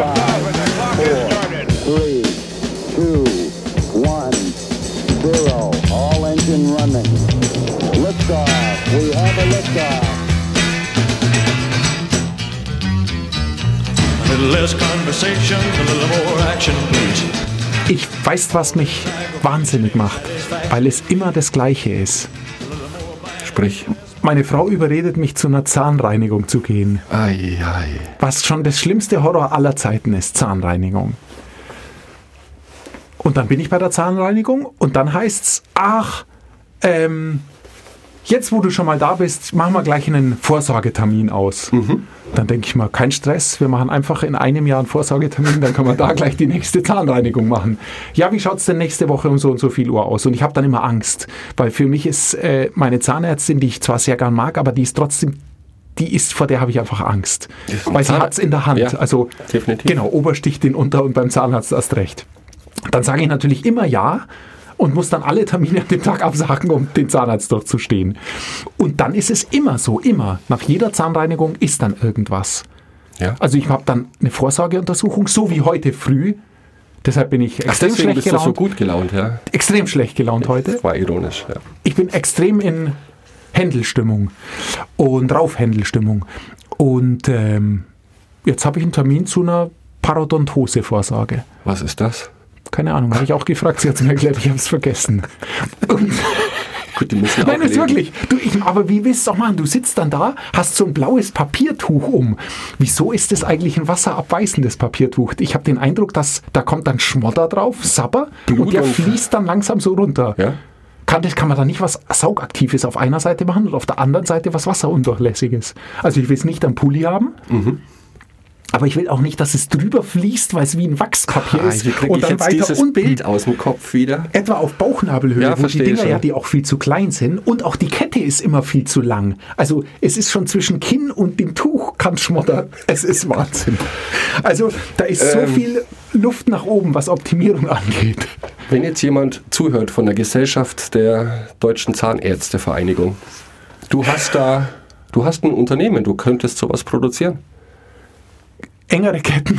3, 2, 1, 0. All engine running. Liftoff. We have a liftoff. A little less conversation, a little more action, please. Ich weiß, was mich wahnsinnig macht, weil es immer das Gleiche ist. Sprich. Meine Frau überredet mich, zu einer Zahnreinigung zu gehen. Ei, ei. Was schon das schlimmste Horror aller Zeiten ist, Zahnreinigung. Und dann bin ich bei der Zahnreinigung und dann heißt's, jetzt wo du schon mal da bist, machen wir gleich einen Vorsorgetermin aus. Dann denke ich mal, kein Stress, wir machen einfach in einem Jahr einen Vorsorgetermin, dann können wir da gleich die nächste Zahnreinigung machen. Ja, wie schaut's denn nächste Woche um so und so viel Uhr aus? Und ich habe dann immer Angst, weil für mich ist meine Zahnärztin, die ich zwar sehr gern mag, aber die ist trotzdem, vor der habe ich einfach Angst. Weil sie hat's in der Hand. Ja, also definitiv. Genau, Ober sticht den Unter und beim Zahnarzt erst recht. Dann sage ich natürlich immer ja und muss dann alle Termine an dem Tag absagen, um den Zahnarzt durchzustehen. Und dann ist es immer so, immer. Nach jeder Zahnreinigung ist dann irgendwas. Ja. Also ich habe dann eine Vorsorgeuntersuchung, so wie heute früh. Deshalb bin ich extrem deswegen schlecht bist du gelaunt. so gut gelaunt, ja? Extrem schlecht gelaunt heute. Das war ironisch, ja. Ich bin extrem in Händelstimmung und Raufhändelstimmung. Und jetzt habe ich einen Termin zu einer Parodontose-Vorsorge. Was ist das? Keine Ahnung, habe ich auch gefragt, sie hat es mir erklärt, ich habe es vergessen. Und Gut, die müssen nein, auch ist leben. wirklich. Aber wie willst du doch machen? Du sitzt dann da, hast so ein blaues Papiertuch um. Wieso ist das eigentlich ein wasserabweisendes Papiertuch? Ich habe den Eindruck, dass da kommt dann Schmodder drauf, Sabber, und der fließt dann langsam so runter. Ja? Kann man da nicht was Saugaktives auf einer Seite machen und auf der anderen Seite was Wasserundurchlässiges? Also ich will es nicht am Pulli haben. Aber ich will auch nicht, dass es drüber fließt, weil es wie ein Wachspapier ist. Hier kriege ich jetzt dieses unten, Bild aus dem Kopf wieder. etwa auf Bauchnabelhöhe, Ja, wo die verstehe Dinger schon. ja, die auch viel zu klein sind. Und auch die Kette ist immer viel zu lang. Also es ist schon zwischen Kinn und dem Tuch kann schmoddern. Es ist Wahnsinn. Also da ist so viel Luft nach oben, was Optimierung angeht. Wenn jetzt jemand zuhört von der Gesellschaft der Deutschen Zahnärztevereinigung, du hast ein Unternehmen, du könntest sowas produzieren. Engere Ketten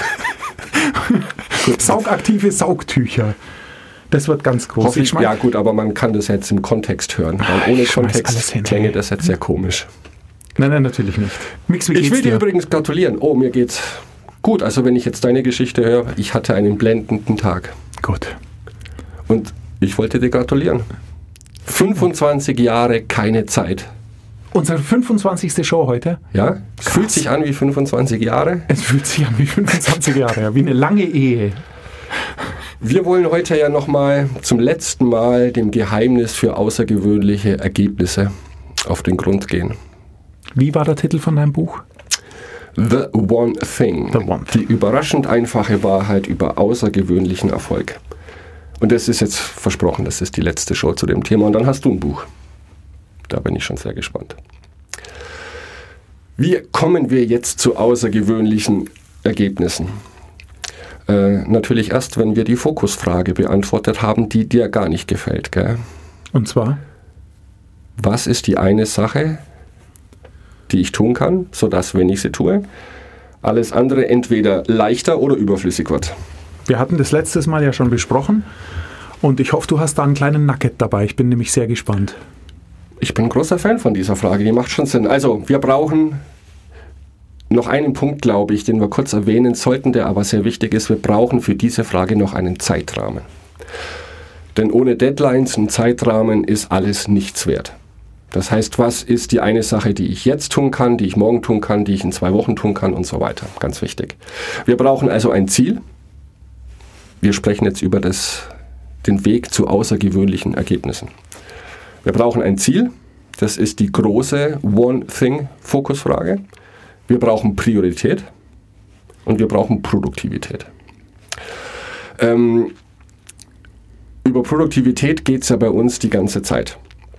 und saugaktive Saugtücher. Das wird ganz groß. Ja gut, aber man kann das jetzt im Kontext hören. Weil ohne ich schmeiß alles Kontext hin, klänge ey. das jetzt sehr komisch. Nein, natürlich nicht. Mix, wie Ich geht's will dir dir? übrigens gratulieren. Oh, mir geht's gut. Also wenn ich jetzt deine Geschichte höre, ich hatte einen blendenden Tag. Gut. Und ich wollte dir gratulieren. 25 Jahre keine Zeit. Unsere 25. Show heute. Ja? Es fühlt sich an wie 25 Jahre. Es fühlt sich an wie 25 Jahre, ja, wie eine lange Ehe. Wir wollen heute ja nochmal zum letzten Mal dem Geheimnis für außergewöhnliche Ergebnisse auf den Grund gehen. Wie war der Titel von deinem Buch? The One Thing. The One Thing. Die überraschend einfache Wahrheit über außergewöhnlichen Erfolg. Und das ist jetzt versprochen, das ist die letzte Show zu dem Thema. Und dann hast du ein Buch. Da bin ich schon sehr gespannt. Wie kommen wir jetzt zu außergewöhnlichen Ergebnissen? Natürlich erst, wenn wir die Fokusfrage beantwortet haben, die dir gar nicht gefällt. Gell? Und zwar? Was ist die eine Sache, die ich tun kann, sodass, wenn ich sie tue, alles andere entweder leichter oder überflüssig wird? Wir hatten das letztes Mal ja schon besprochen und ich hoffe, du hast da einen kleinen Nugget dabei. Ich bin nämlich sehr gespannt. Ich bin ein großer Fan von dieser Frage, die macht schon Sinn. Also, wir brauchen noch einen Punkt, glaube ich, den wir kurz erwähnen sollten, der aber sehr wichtig ist. Wir brauchen für diese Frage noch einen Zeitrahmen. Denn ohne Deadlines und Zeitrahmen ist alles nichts wert. Das heißt, was ist die eine Sache, die ich jetzt tun kann, die ich morgen tun kann, die ich in 2 Wochen tun kann und so weiter. Ganz wichtig. Wir brauchen also ein Ziel. Wir sprechen jetzt über den Weg zu außergewöhnlichen Ergebnissen. Wir brauchen ein Ziel. Das ist die große One-Thing-Fokusfrage. Wir brauchen Priorität und wir brauchen Produktivität. Über Produktivität geht es ja bei uns die ganze Zeit.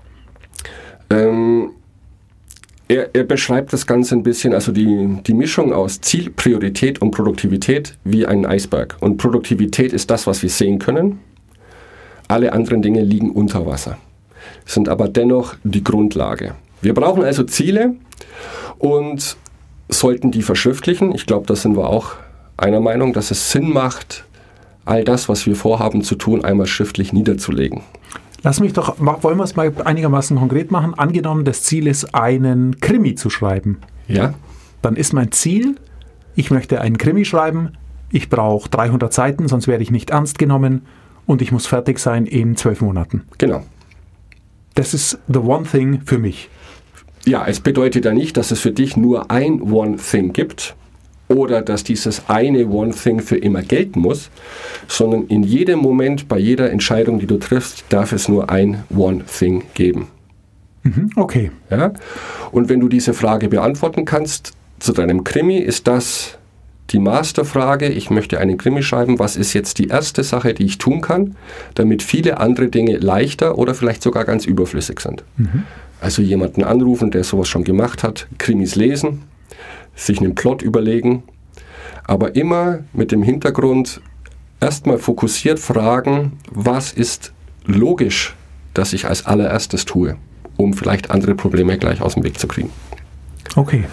Er beschreibt das Ganze ein bisschen, also die Mischung aus Ziel, Priorität und Produktivität wie ein Eisberg. Und Produktivität ist das, was wir sehen können. Alle anderen Dinge liegen unter Wasser, sind aber dennoch die Grundlage. Wir brauchen also Ziele und sollten die verschriftlichen. Ich glaube, da sind wir auch einer Meinung, dass es Sinn macht, all das, was wir vorhaben zu tun, einmal schriftlich niederzulegen. Wollen wir es mal einigermaßen konkret machen? Angenommen, das Ziel ist, einen Krimi zu schreiben. Ja. Dann ist mein Ziel, ich möchte einen Krimi schreiben, ich brauche 300 Seiten, sonst werde ich nicht ernst genommen und ich muss fertig sein in 12 Monaten. Genau. Das ist the one thing für mich. Ja, es bedeutet ja nicht, dass es für dich nur ein One Thing gibt oder dass dieses eine One Thing für immer gelten muss, sondern in jedem Moment, bei jeder Entscheidung, die du triffst, darf es nur ein One Thing geben. Okay. Ja? Und wenn du diese Frage beantworten kannst, zu deinem Krimi, ist das die Masterfrage, ich möchte einen Krimi schreiben, was ist jetzt die erste Sache, die ich tun kann, damit viele andere Dinge leichter oder vielleicht sogar ganz überflüssig sind. Also jemanden anrufen, der sowas schon gemacht hat, Krimis lesen, sich einen Plot überlegen, aber immer mit dem Hintergrund erstmal fokussiert fragen, was ist logisch, dass ich als allererstes tue, um vielleicht andere Probleme gleich aus dem Weg zu kriegen. Okay.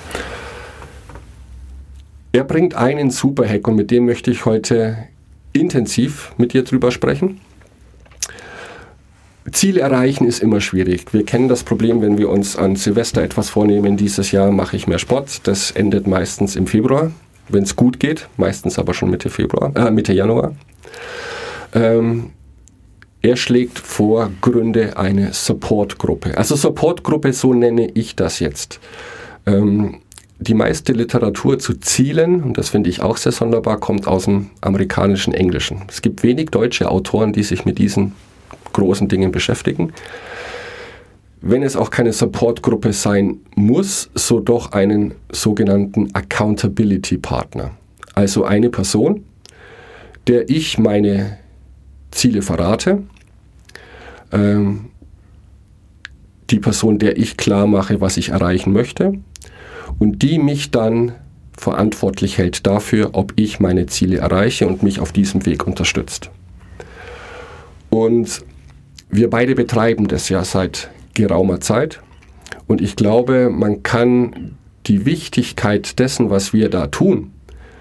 Er bringt einen Superhack und mit dem möchte ich heute intensiv mit dir drüber sprechen. Ziele erreichen ist immer schwierig. Wir kennen das Problem, wenn wir uns an Silvester etwas vornehmen. Dieses Jahr mache ich mehr Sport. Das endet meistens im Februar, wenn es gut geht. Meistens aber schon Mitte Januar. Er schlägt vor, gründe eine Supportgruppe. Also Supportgruppe, so nenne ich das jetzt. Die meiste Literatur zu Zielen, und das finde ich auch sehr sonderbar, kommt aus dem amerikanischen Englischen. Es gibt wenig deutsche Autoren, die sich mit diesen großen Dingen beschäftigen. Wenn es auch keine Supportgruppe sein muss, so doch einen sogenannten Accountability Partner. Also eine Person, der ich meine Ziele verrate, die Person, der ich klar mache, was ich erreichen möchte, und die mich dann verantwortlich hält dafür, ob ich meine Ziele erreiche und mich auf diesem Weg unterstützt. Und wir beide betreiben das ja seit geraumer Zeit und ich glaube, man kann die Wichtigkeit dessen, was wir da tun,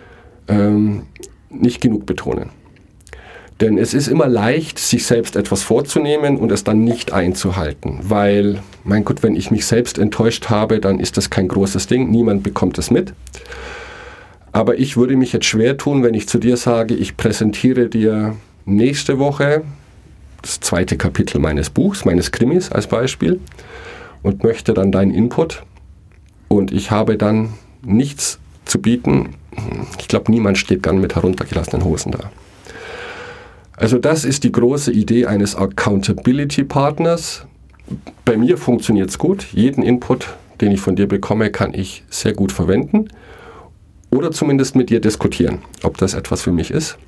nicht genug betonen. Denn es ist immer leicht, sich selbst etwas vorzunehmen und es dann nicht einzuhalten. Weil, mein Gott, wenn ich mich selbst enttäuscht habe, dann ist das kein großes Ding. Niemand bekommt es mit. Aber ich würde mich jetzt schwer tun, wenn ich zu dir sage, ich präsentiere dir nächste Woche das 2. Kapitel meines Buchs, meines Krimis als Beispiel und möchte dann deinen Input. Und ich habe dann nichts zu bieten. Ich glaube, niemand steht gern mit heruntergelassenen Hosen da. Also das ist die große Idee eines Accountability-Partners. Bei mir funktioniert es gut. Jeden Input, den ich von dir bekomme, kann ich sehr gut verwenden oder zumindest mit dir diskutieren, ob das etwas für mich ist.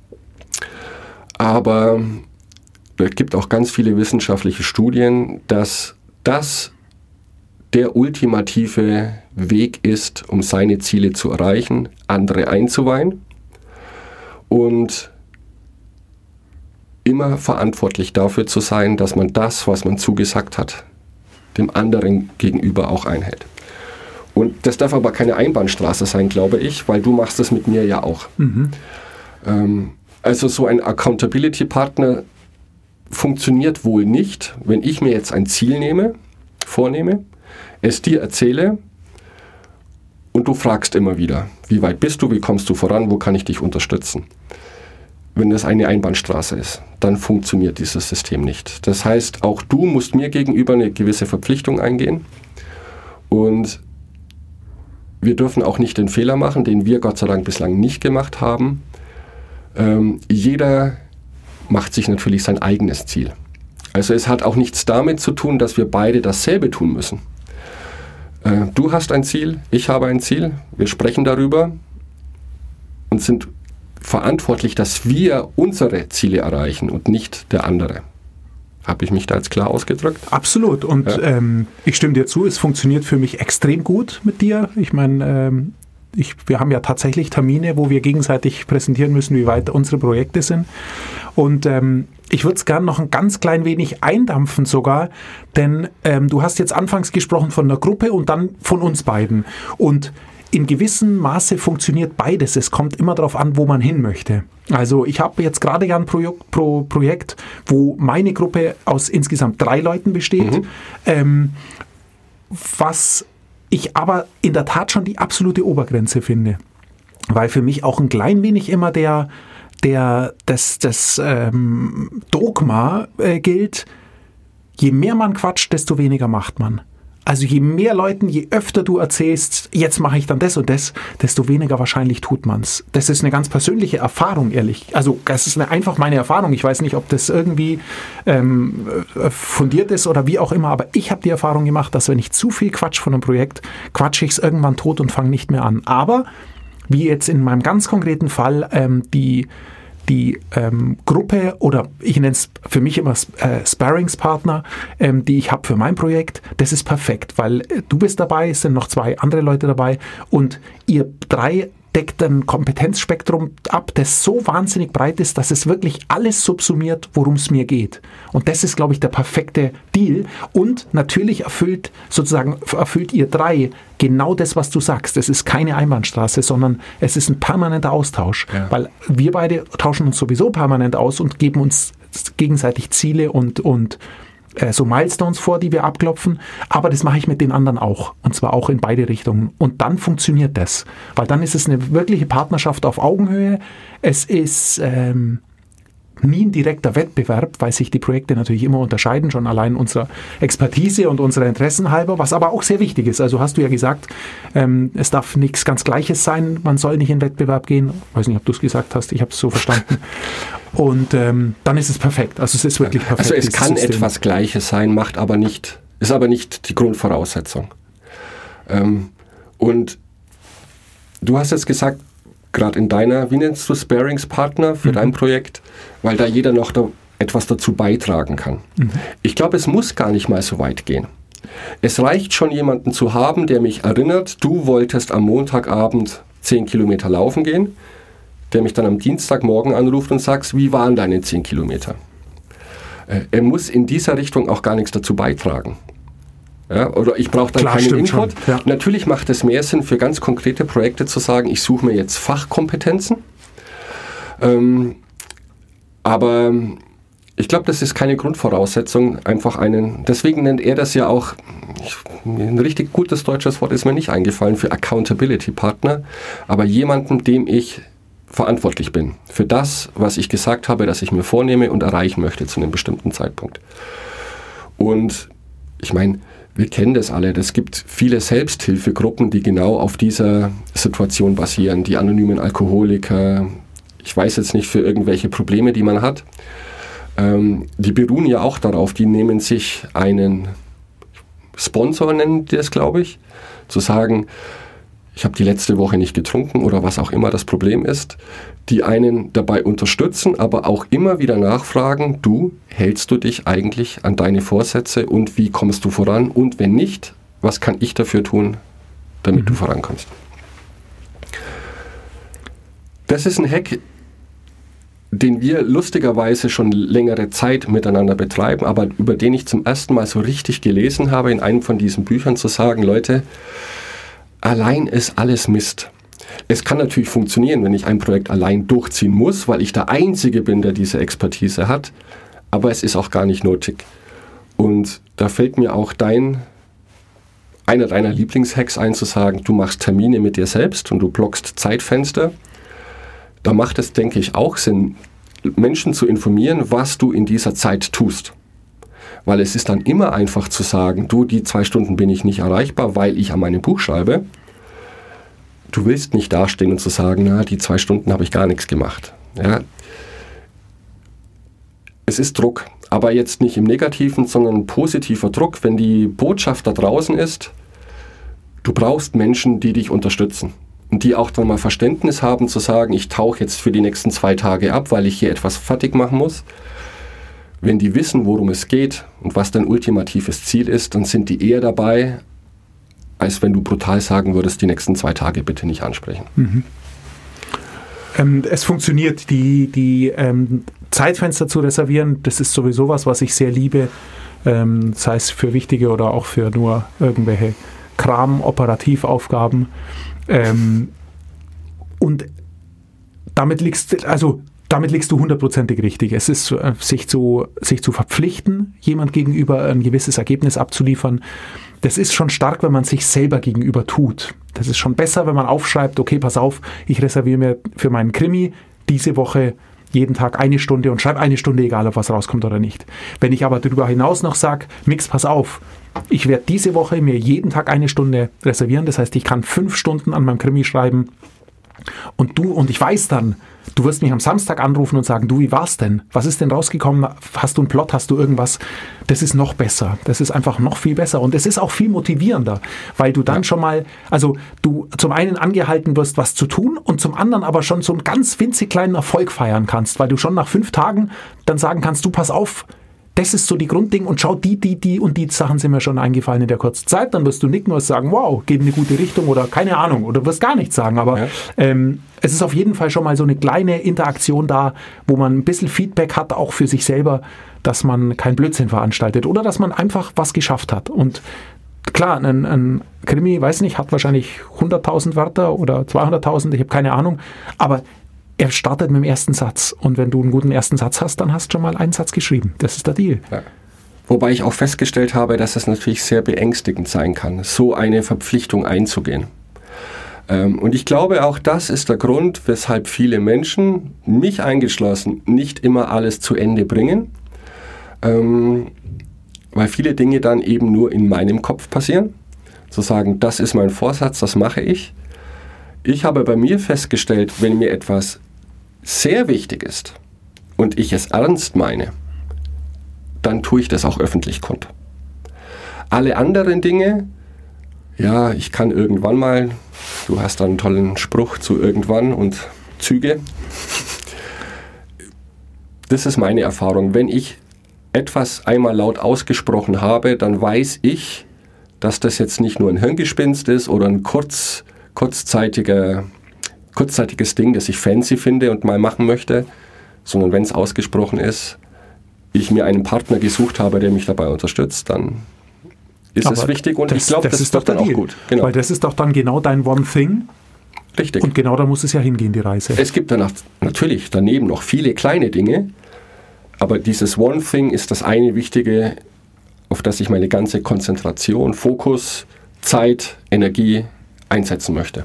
Aber es gibt auch ganz viele wissenschaftliche Studien, dass das der ultimative Weg ist, um seine Ziele zu erreichen, andere einzuweihen und immer verantwortlich dafür zu sein, dass man das, was man zugesagt hat, dem anderen gegenüber auch einhält. Und das darf aber keine Einbahnstraße sein, glaube ich, weil du machst das mit mir ja auch. Also so ein Accountability-Partner funktioniert wohl nicht, wenn ich mir jetzt ein Ziel vornehme, es dir erzähle und du fragst immer wieder, wie weit bist du, wie kommst du voran, wo kann ich dich unterstützen? Wenn das eine Einbahnstraße ist, dann funktioniert dieses System nicht. Das heißt, auch du musst mir gegenüber eine gewisse Verpflichtung eingehen und wir dürfen auch nicht den Fehler machen, den wir Gott sei Dank bislang nicht gemacht haben. Jeder macht sich natürlich sein eigenes Ziel. Also es hat auch nichts damit zu tun, dass wir beide dasselbe tun müssen. Du hast ein Ziel, ich habe ein Ziel, wir sprechen darüber und sind verantwortlich, dass wir unsere Ziele erreichen und nicht der andere. Habe ich mich da jetzt klar ausgedrückt? Absolut. Und ja. Ich stimme dir zu, es funktioniert für mich extrem gut mit dir. Ich meine, wir haben ja tatsächlich Termine, wo wir gegenseitig präsentieren müssen, wie weit unsere Projekte sind. Und ich würde es gerne noch ein ganz klein wenig eindampfen sogar, denn du hast jetzt anfangs gesprochen von einer Gruppe und dann von uns beiden. Und in gewissem Maße funktioniert beides. Es kommt immer darauf an, wo man hin möchte. Also ich habe jetzt gerade ja ein Projekt, wo meine Gruppe aus insgesamt 3 Leuten besteht, was ich aber in der Tat schon die absolute Obergrenze finde. Weil für mich auch ein klein wenig immer das Dogma gilt, je mehr man quatscht, desto weniger macht man. Also je mehr Leuten, je öfter du erzählst, jetzt mache ich dann das und das, desto weniger wahrscheinlich tut man's. Das ist eine ganz persönliche Erfahrung, ehrlich. Also das ist einfach meine Erfahrung. Ich weiß nicht, ob das irgendwie fundiert ist oder wie auch immer, aber ich habe die Erfahrung gemacht, dass wenn ich zu viel quatsch von einem Projekt, quatsche ich es irgendwann tot und fange nicht mehr an. Aber wie jetzt in meinem ganz konkreten Fall die Gruppe oder ich nenne es für mich immer Sparringspartner, die ich habe für mein Projekt, das ist perfekt, weil du bist dabei, es sind noch 2 andere Leute dabei und ihr 3 deckt ein Kompetenzspektrum ab, das so wahnsinnig breit ist, dass es wirklich alles subsumiert, worum es mir geht. Und das ist, glaube ich, der perfekte Deal. Und natürlich erfüllt ihr 3 genau das, was du sagst. Es ist keine Einbahnstraße, sondern es ist ein permanenter Austausch. Ja. Weil wir beide tauschen uns sowieso permanent aus und geben uns gegenseitig Ziele und so Milestones vor, die wir abklopfen, aber das mache ich mit den anderen auch, und zwar auch in beide Richtungen. Und dann funktioniert das, weil dann ist es eine wirkliche Partnerschaft auf Augenhöhe. Es ist nie ein direkter Wettbewerb, weil sich die Projekte natürlich immer unterscheiden, schon allein unserer Expertise und unserer Interessen halber, was aber auch sehr wichtig ist. Also hast du ja gesagt, es darf nichts ganz Gleiches sein, man soll nicht in Wettbewerb gehen. Ich weiß nicht, ob du es gesagt hast, ich habe es so verstanden. Und dann ist es perfekt. Also es ist wirklich perfekt. Also es kann System. Etwas Gleiches sein, ist aber nicht die Grundvoraussetzung. Und du hast jetzt gesagt, gerade in deiner, wie nennst du Sparingspartner für dein Projekt, weil da jeder noch etwas dazu beitragen kann. Ich glaube, es muss gar nicht mal so weit gehen. Es reicht schon, jemanden zu haben, der mich erinnert, du wolltest am Montagabend 10 Kilometer laufen gehen, der mich dann am Dienstagmorgen anruft und sagt, wie waren deine 10 Kilometer? Er muss in dieser Richtung auch gar nichts dazu beitragen. Ja, oder ich brauche dann keinen Input. Ja. Natürlich macht es mehr Sinn, für ganz konkrete Projekte zu sagen, ich suche mir jetzt Fachkompetenzen. Aber ich glaube, das ist keine Grundvoraussetzung, deswegen nennt er das ja auch, ein richtig gutes deutsches Wort ist mir nicht eingefallen, für Accountability-Partner, aber jemanden, dem ich verantwortlich bin für das, was ich gesagt habe, dass ich mir vornehme und erreichen möchte zu einem bestimmten Zeitpunkt. Und ich meine, wir kennen das alle. Es gibt viele Selbsthilfegruppen, die genau auf dieser Situation basieren. Die anonymen Alkoholiker, ich weiß jetzt nicht, für irgendwelche Probleme, die man hat. Die beruhen ja auch darauf, die nehmen sich einen Sponsor, nennen die das, glaube ich, zu sagen, ich habe die letzte Woche nicht getrunken oder was auch immer das Problem ist, die einen dabei unterstützen, aber auch immer wieder nachfragen, hältst du dich eigentlich an deine Vorsätze und wie kommst du voran? Und wenn nicht, was kann ich dafür tun, damit du vorankommst? Das ist ein Hack, den wir lustigerweise schon längere Zeit miteinander betreiben, aber über den ich zum ersten Mal so richtig gelesen habe, in einem von diesen Büchern zu sagen, Leute, allein ist alles Mist. Es kann natürlich funktionieren, wenn ich ein Projekt allein durchziehen muss, weil ich der Einzige bin, der diese Expertise hat, aber es ist auch gar nicht nötig. Und da fällt mir auch einer deiner Lieblingshacks ein, zu sagen, du machst Termine mit dir selbst und du blockst Zeitfenster. Da macht es, denke ich, auch Sinn, Menschen zu informieren, was du in dieser Zeit tust. Weil es ist dann immer einfach zu sagen, die 2 Stunden bin ich nicht erreichbar, weil ich an meinem Buch schreibe. Du willst nicht dastehen und zu sagen, die 2 Stunden habe ich gar nichts gemacht. Ja. Es ist Druck, aber jetzt nicht im Negativen, sondern ein positiver Druck, wenn die Botschaft da draußen ist, du brauchst Menschen, die dich unterstützen. Und die auch dann mal Verständnis haben, zu sagen, ich tauche jetzt für die nächsten 2 Tage ab, weil ich hier etwas fertig machen muss. Wenn die wissen, worum es geht und was dein ultimatives Ziel ist, dann sind die eher dabei, als wenn du brutal sagen würdest, die nächsten 2 Tage bitte nicht ansprechen. Es funktioniert, die Zeitfenster zu reservieren, das ist sowieso was ich sehr liebe, sei es für wichtige oder auch für nur irgendwelche Kram-Operativaufgaben. Und damit liegst du hundertprozentig richtig. Es ist, sich zu verpflichten, jemand gegenüber ein gewisses Ergebnis abzuliefern. Das ist schon stark, wenn man sich selber gegenüber tut. Das ist schon besser, wenn man aufschreibt, okay, pass auf, ich reserviere mir für meinen Krimi diese Woche jeden Tag 1 Stunde und schreibe 1 Stunde, egal ob was rauskommt oder nicht. Wenn ich aber darüber hinaus noch sage, Mix, pass auf, ich werde diese Woche mir jeden Tag 1 Stunde reservieren, das heißt, ich kann 5 Stunden an meinem Krimi schreiben und ich weiß dann, du wirst mich am Samstag anrufen und sagen, du, wie war's denn? Was ist denn rausgekommen? Hast du einen Plot? Hast du irgendwas? Das ist noch besser. Das ist einfach noch viel besser. Und es ist auch viel motivierender, weil du dann schon mal, also du zum einen angehalten wirst, was zu tun und zum anderen aber schon so einen ganz winzig kleinen Erfolg feiern kannst, weil du schon nach 5 Tagen dann sagen kannst, du, pass auf, das ist so die Grundding und schau, die und die Sachen sind mir schon eingefallen in der kurzen Zeit. Dann wirst du nicken und sagen, wow, geht in eine gute Richtung oder keine Ahnung oder wirst gar nichts sagen. Aber es ist auf jeden Fall schon mal so eine kleine Interaktion da, wo man ein bisschen Feedback hat, auch für sich selber, dass man keinen Blödsinn veranstaltet oder dass man einfach was geschafft hat. Und klar, ein Krimi, weiß nicht, hat wahrscheinlich 100.000 Wörter oder 200.000, ich habe keine Ahnung, aber er startet mit dem ersten Satz. Und wenn du einen guten ersten Satz hast, dann hast du schon mal einen Satz geschrieben. Das ist der Deal. Ja. Wobei ich auch festgestellt habe, dass es natürlich sehr beängstigend sein kann, so eine Verpflichtung einzugehen. Und ich glaube, auch das ist der Grund, weshalb viele Menschen, mich eingeschlossen, nicht immer alles zu Ende bringen, weil viele Dinge dann eben nur in meinem Kopf passieren. Zu sagen, das ist mein Vorsatz, das mache ich. Ich habe bei mir festgestellt, wenn mir etwas sehr wichtig ist und ich es ernst meine, dann tue ich das auch öffentlich kund. Alle anderen Dinge, ja, ich kann irgendwann mal, du hast da einen tollen Spruch zu irgendwann und Züge. Das ist meine Erfahrung. Wenn ich etwas einmal laut ausgesprochen habe, dann weiß ich, dass das jetzt nicht nur ein Hirngespinst ist oder ein kurzzeitiges Ding, das ich fancy finde und mal machen möchte, sondern wenn es ausgesprochen ist, ich mir einen Partner gesucht habe, der mich dabei unterstützt, dann ist es wichtig und ich glaube, das ist doch dann auch gut. Genau. Weil das ist doch dann genau dein One Thing. Richtig. Und genau da muss es ja hingehen, die Reise. Es gibt danach natürlich daneben noch viele kleine Dinge, aber dieses One Thing ist das eine Wichtige, auf das ich meine ganze Konzentration, Fokus, Zeit, Energie einsetzen möchte.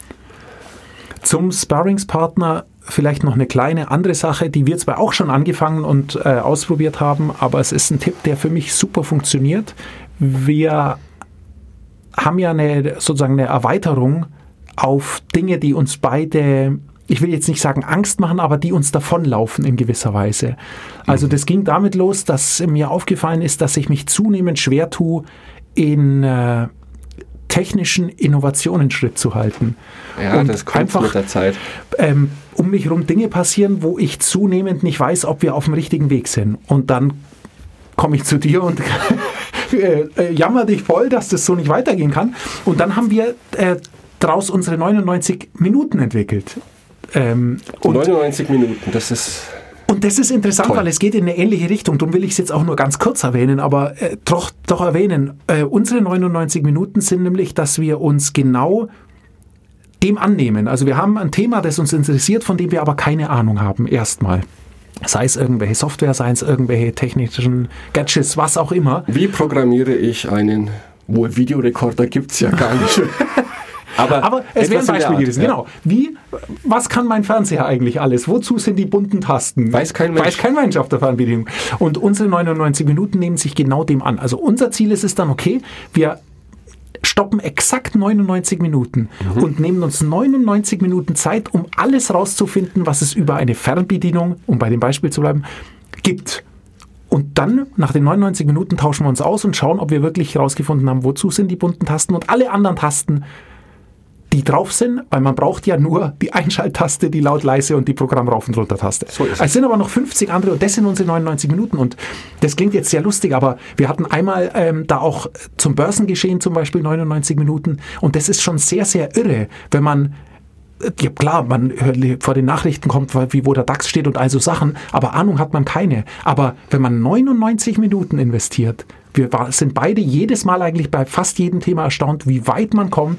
Zum Sparringspartner vielleicht noch eine kleine andere Sache, die wir zwar auch schon angefangen und ausprobiert haben, aber es ist ein Tipp, der für mich super funktioniert. Wir haben ja sozusagen eine Erweiterung auf Dinge, die uns beide, ich will jetzt nicht sagen Angst machen, aber die uns davonlaufen in gewisser Weise. Also das ging damit los, dass mir aufgefallen ist, dass ich mich zunehmend schwer tue, in technischen Innovationen Schritt zu halten. Ja, und das kommt einfach, mit der Zeit. Um mich herum Dinge passieren, wo ich zunehmend nicht weiß, ob wir auf dem richtigen Weg sind. Und dann komme ich zu dir und jammer dich voll, dass das so nicht weitergehen kann. Und dann haben wir daraus unsere 99 Minuten entwickelt. 99 Minuten, das ist... Und das ist interessant, toll, weil es geht in eine ähnliche Richtung. Darum will ich es jetzt auch nur ganz kurz erwähnen, aber doch erwähnen. Unsere 99 Minuten sind nämlich, dass wir uns genau dem annehmen. Also wir haben ein Thema, das uns interessiert, von dem wir aber keine Ahnung haben, erstmal. Sei es irgendwelche Software, sei es irgendwelche technischen Gadgets, was auch immer. Wie programmiere ich einen, wohl Videorekorder gibt es ja gar nicht. Aber es wäre ein Beispiel gewesen, genau. Was kann mein Fernseher eigentlich alles? Wozu sind die bunten Tasten? Weiß kein Mensch auf der Fernbedienung. Und unsere 99 Minuten nehmen sich genau dem an. Also unser Ziel ist es dann, okay, wir stoppen exakt 99 Minuten und nehmen uns 99 Minuten Zeit, um alles rauszufinden, was es über eine Fernbedienung, um bei dem Beispiel zu bleiben, gibt. Und dann, nach den 99 Minuten, tauschen wir uns aus und schauen, ob wir wirklich rausgefunden haben, wozu sind die bunten Tasten und alle anderen Tasten, die drauf sind, weil man braucht ja nur die Einschalttaste, die laut, leise und die Programm rauf und runter Taste. So ist es. Es sind aber noch 50 andere und das sind unsere 99 Minuten und das klingt jetzt sehr lustig, aber wir hatten einmal da auch zum Börsengeschehen zum Beispiel 99 Minuten und das ist schon sehr, sehr irre, wenn man, ja klar, man vor den Nachrichten kommt, wo der DAX steht und all so Sachen, aber Ahnung hat man keine. Aber wenn man 99 Minuten investiert, wir sind beide jedes Mal eigentlich bei fast jedem Thema erstaunt, wie weit man kommt,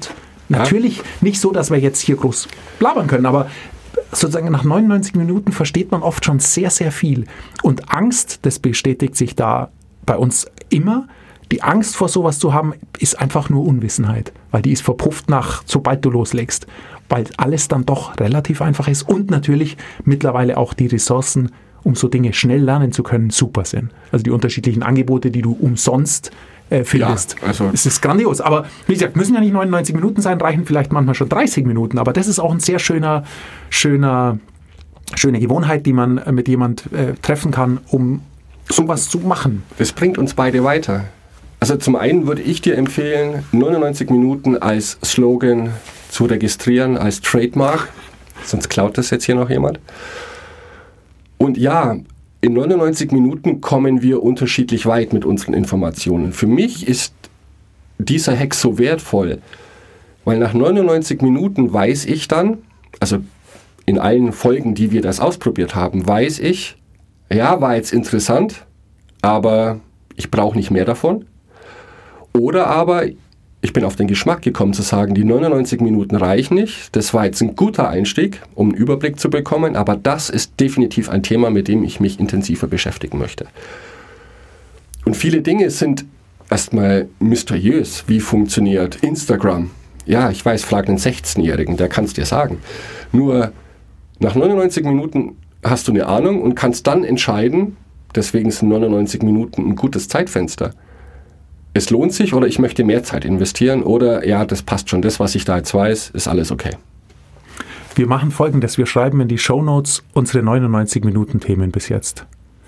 Natürlich nicht so, dass wir jetzt hier groß blabbern können, aber sozusagen nach 99 Minuten versteht man oft schon sehr, sehr viel. Und Angst, das bestätigt sich da bei uns immer. Die Angst vor sowas zu haben, ist einfach nur Unwissenheit, weil die ist verpufft sobald du loslegst, weil alles dann doch relativ einfach ist und natürlich mittlerweile auch die Ressourcen, um so Dinge schnell lernen zu können, super sind. Also die unterschiedlichen Angebote, die du umsonst findest. Ja, also es ist grandios. Aber wie gesagt, müssen ja nicht 99 Minuten sein, reichen vielleicht manchmal schon 30 Minuten. Aber das ist auch ein sehr schöne Gewohnheit, die man mit jemand treffen kann, um sowas zu machen. Das bringt uns beide weiter. Also zum einen würde ich dir empfehlen, 99 Minuten als Slogan zu registrieren, als Trademark. Sonst klaut das jetzt hier noch jemand. Und ja, in 99 Minuten kommen wir unterschiedlich weit mit unseren Informationen. Für mich ist dieser Hack so wertvoll, weil nach 99 Minuten weiß ich dann, also in allen Folgen, die wir das ausprobiert haben, weiß ich, ja, war jetzt interessant, aber ich brauche nicht mehr davon. Oder aber ich bin auf den Geschmack gekommen zu sagen, die 99 Minuten reichen nicht. Das war jetzt ein guter Einstieg, um einen Überblick zu bekommen, aber das ist definitiv ein Thema, mit dem ich mich intensiver beschäftigen möchte. Und viele Dinge sind erstmal mysteriös. Wie funktioniert Instagram? Ja, ich weiß, frag einen 16-Jährigen, der kann es dir sagen. Nur nach 99 Minuten hast du eine Ahnung und kannst dann entscheiden, deswegen sind 99 Minuten ein gutes Zeitfenster. Es lohnt sich oder ich möchte mehr Zeit investieren oder ja, das passt schon, das, was ich da jetzt weiß, ist alles okay. Wir machen Folgendes, wir schreiben in die Shownotes unsere 99-Minuten-Themen bis jetzt.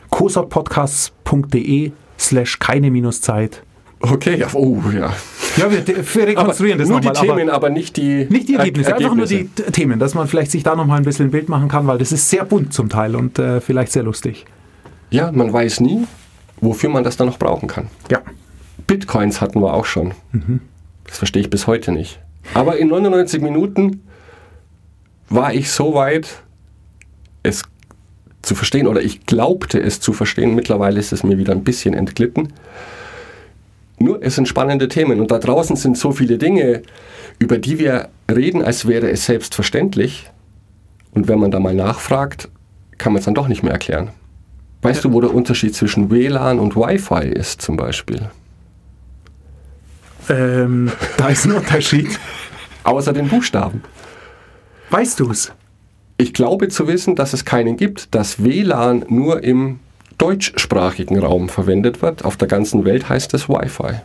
kosokpodcast.de/keine-Zeit. Okay, oh ja. Ja, wir rekonstruieren das nochmal. Nur die Themen, aber nicht die Ergebnisse. Einfach nur die Themen, dass man vielleicht sich da nochmal ein bisschen ein Bild machen kann, weil das ist sehr bunt zum Teil und vielleicht sehr lustig. Ja, man weiß nie, wofür man das dann noch brauchen kann. Ja. Bitcoins hatten wir auch schon. Das verstehe ich bis heute nicht. Aber in 99 Minuten war ich so weit, es zu verstehen, oder ich glaubte es zu verstehen. Mittlerweile ist es mir wieder ein bisschen entglitten. Nur, es sind spannende Themen. Und da draußen sind so viele Dinge, über die wir reden, als wäre es selbstverständlich. Und wenn man da mal nachfragt, kann man es dann doch nicht mehr erklären. Weißt du, wo der Unterschied zwischen WLAN und Wi-Fi ist zum Beispiel? Da ist ein Unterschied. Außer den Buchstaben. Weißt du es? Ich glaube zu wissen, dass es keinen gibt, dass WLAN nur im deutschsprachigen Raum verwendet wird. Auf der ganzen Welt heißt es Wi-Fi.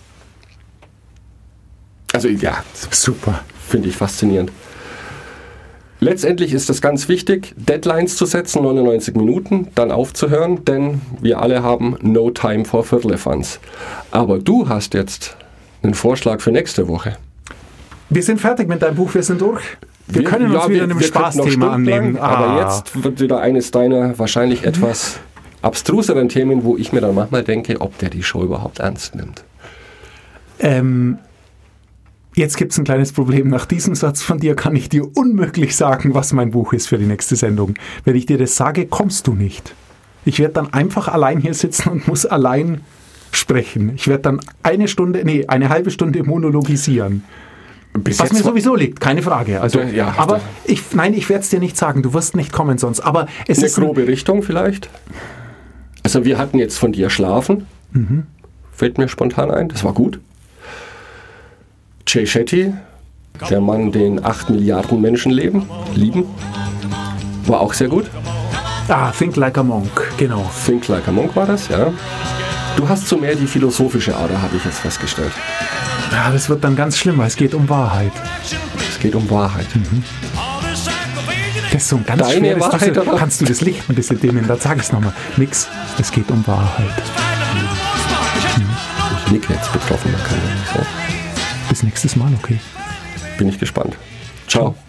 Also ja, super. Finde ich faszinierend. Letztendlich ist es ganz wichtig, Deadlines zu setzen, 99 Minuten, dann aufzuhören, denn wir alle haben no time for Firlefanz. Aber du hast jetzt einen Vorschlag für nächste Woche. Wir sind fertig mit deinem Buch, wir sind durch. Wir können uns wieder einem Spaßthema annehmen. Aber jetzt wird wieder eines deiner wahrscheinlich etwas abstruseren Themen, wo ich mir dann manchmal denke, ob der die Show überhaupt ernst nimmt. Jetzt gibt es ein kleines Problem. Nach diesem Satz von dir kann ich dir unmöglich sagen, was mein Buch ist für die nächste Sendung. Wenn ich dir das sage, kommst du nicht. Ich werde dann einfach allein hier sitzen und muss allein sprechen. Ich werde dann eine halbe Stunde monologisieren. Was mir sowieso liegt, keine Frage. Also, ja, aber ich werde es dir nicht sagen. Du wirst nicht kommen sonst. Aber es eine ist grobe Richtung vielleicht. Also wir hatten jetzt von dir Schlafen. Fällt mir spontan ein. Das war gut. Jay Shetty, der Mann, den 8 Milliarden Menschen lieben, war auch sehr gut. Think Like a Monk, genau. Think Like a Monk war das, ja. Du hast so mehr die philosophische Ader, habe ich jetzt festgestellt. Ja, das wird dann ganz schlimm, weil es geht um Wahrheit. Es geht um Wahrheit. Das ist so ein ganz Deine schweres Wahrheit, Düssel. Kannst du das Licht ein bisschen dehnen? Da sag ich es nochmal. Nix, es geht um Wahrheit. Ich nicke jetzt betroffen. So. Bis nächstes Mal, okay. Bin ich gespannt. Ciao.